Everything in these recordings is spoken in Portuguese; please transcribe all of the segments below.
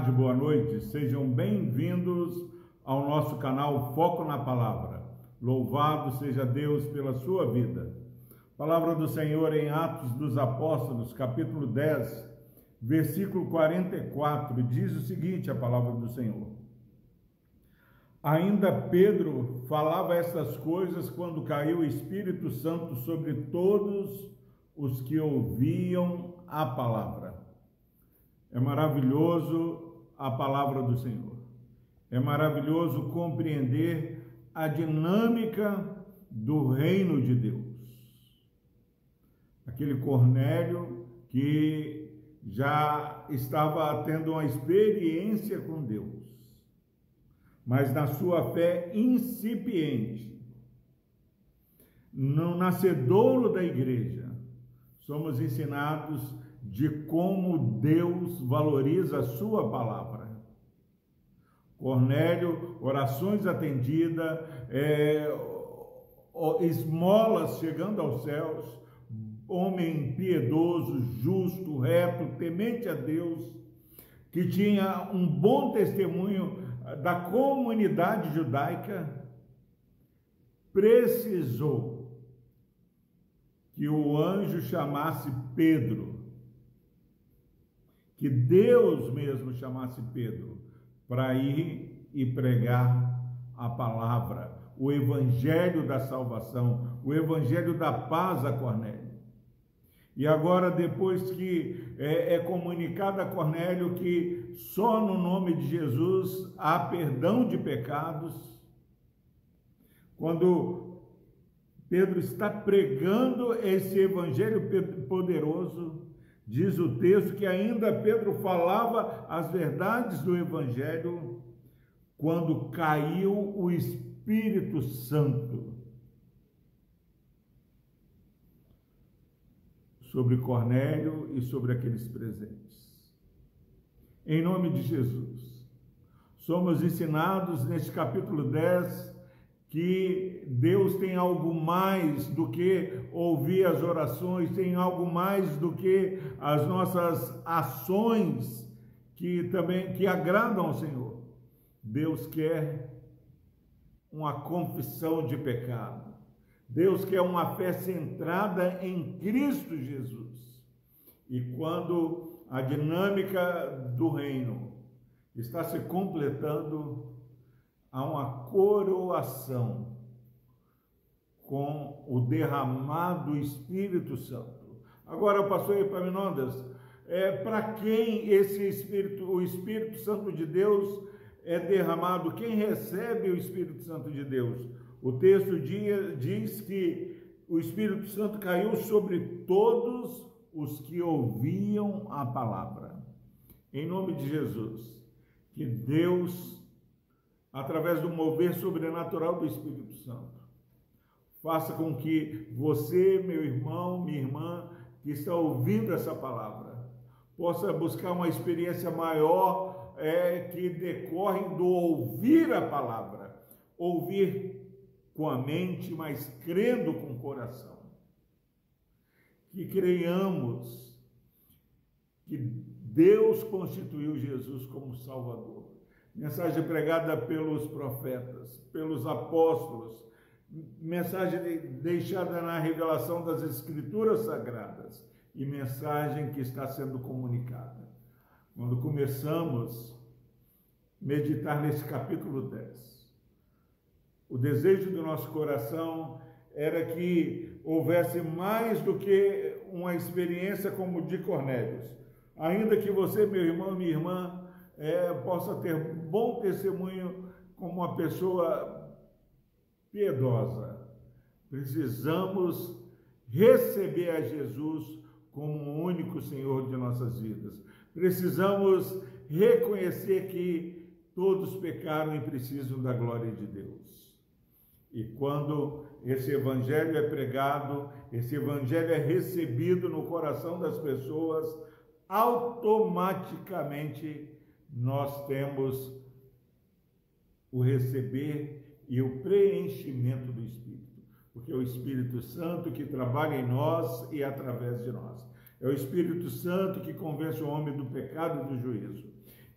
tarde, boa noite, sejam bem-vindos ao nosso canal Foco na Palavra. Louvado seja Deus pela sua vida. Palavra do Senhor em Atos dos Apóstolos, capítulo 10, versículo 44, diz o seguinte, a palavra do Senhor. Ainda Pedro falava essas coisas quando caiu o Espírito Santo sobre todos os que ouviam a palavra. É maravilhoso a palavra do Senhor. É maravilhoso compreender a dinâmica do reino de Deus. Aquele Cornélio que já estava tendo uma experiência com Deus, mas na sua fé incipiente, no nascedouro da igreja, somos ensinados de como Deus valoriza a sua palavra. Cornélio, orações atendidas, esmolas chegando aos céus, homem piedoso, justo, reto, temente a Deus, que tinha um bom testemunho da comunidade judaica, precisou que o anjo chamasse Pedro, que Deus mesmo chamasse Pedro, para ir e pregar a palavra, o evangelho da salvação, o evangelho da paz a Cornélio. E agora, depois que é comunicado a Cornélio que só no nome de Jesus há perdão de pecados, quando Pedro está pregando esse evangelho poderoso, diz o texto que ainda Pedro falava as verdades do evangelho quando caiu o Espírito Santo sobre Cornélio e sobre aqueles presentes. Em nome de Jesus, somos ensinados neste capítulo 10 que Deus tem algo mais do que ouvir as orações, tem algo mais do que as nossas ações que agradam ao Senhor. Deus quer uma confissão de pecado. Deus quer uma fé centrada em Cristo Jesus. E quando a dinâmica do reino está se completando, há uma coroação com o derramado Espírito Santo. Agora, pastor Epaminondas, para quem o Espírito Santo de Deus é derramado? Quem recebe o Espírito Santo de Deus? O texto diz que o Espírito Santo caiu sobre todos os que ouviam a palavra. Em nome de Jesus, que Deus, através do mover sobrenatural do Espírito Santo, faça com que você, meu irmão, minha irmã, que está ouvindo essa palavra, possa buscar uma experiência maior que decorre do ouvir a palavra, ouvir com a mente, mas crendo com o coração. Que creiamos que Deus constituiu Jesus como Salvador. Mensagem pregada pelos profetas, pelos apóstolos, mensagem deixada na revelação das Escrituras Sagradas e mensagem que está sendo comunicada. Quando começamos a meditar nesse capítulo 10, o desejo do nosso coração era que houvesse mais do que uma experiência como de Cornélio. Ainda que você, meu irmão, minha irmã, possa ter bom testemunho como uma pessoa piedosa, precisamos receber a Jesus como o único Senhor de nossas vidas. Precisamos reconhecer que todos pecaram e precisam da glória de Deus. E quando esse evangelho é pregado, esse evangelho é recebido no coração das pessoas, automaticamente nós temos o receber e o preenchimento do Espírito, porque é o Espírito Santo que trabalha em nós e através de nós. É o Espírito Santo que convence o homem do pecado e do juízo.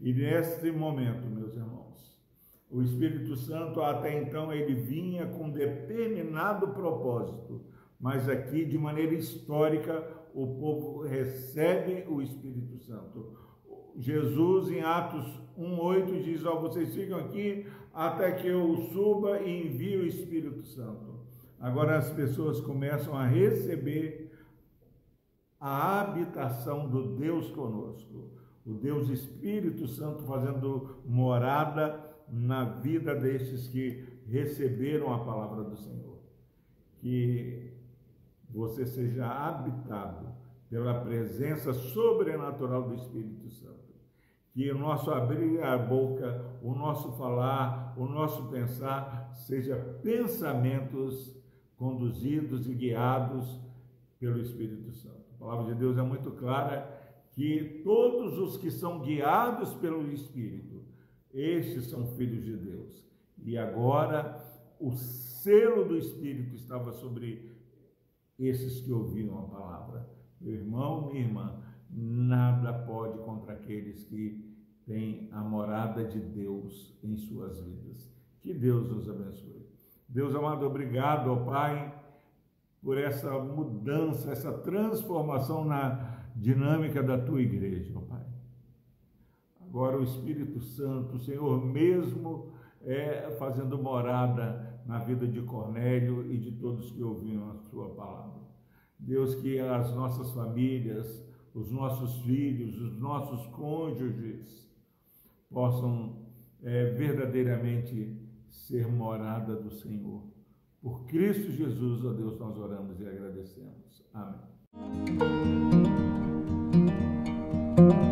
E neste momento, meus irmãos, o Espírito Santo até então ele vinha com determinado propósito, mas aqui de maneira histórica o povo recebe o Espírito Santo. Jesus em Atos 1:8 diz: ó, vocês ficam aqui até que eu suba e envie o Espírito Santo. Agora as pessoas começam a receber a habitação do Deus conosco, o Deus Espírito Santo fazendo morada na vida destes que receberam a palavra do Senhor. Que você seja habitado pela presença sobrenatural do Espírito Santo. Que o nosso abrir a boca, o nosso falar, o nosso pensar, seja pensamentos conduzidos e guiados pelo Espírito Santo. A palavra de Deus é muito clara que todos os que são guiados pelo Espírito, estes são filhos de Deus. E agora o selo do Espírito estava sobre esses que ouviram a palavra. Meu irmão, minha irmã, nada pode contra aqueles que têm a morada de Deus em suas vidas. Que Deus nos abençoe. Deus amado, obrigado, ó Pai, por essa mudança, essa transformação na dinâmica da tua igreja, ó Pai. Agora o Espírito Santo, o Senhor mesmo fazendo morada na vida de Cornélio e de todos que ouviram a sua palavra. Deus, que as nossas famílias, os nossos filhos, os nossos cônjuges possam verdadeiramente ser morada do Senhor. Por Cristo Jesus, ó Deus, nós oramos e agradecemos. Amém.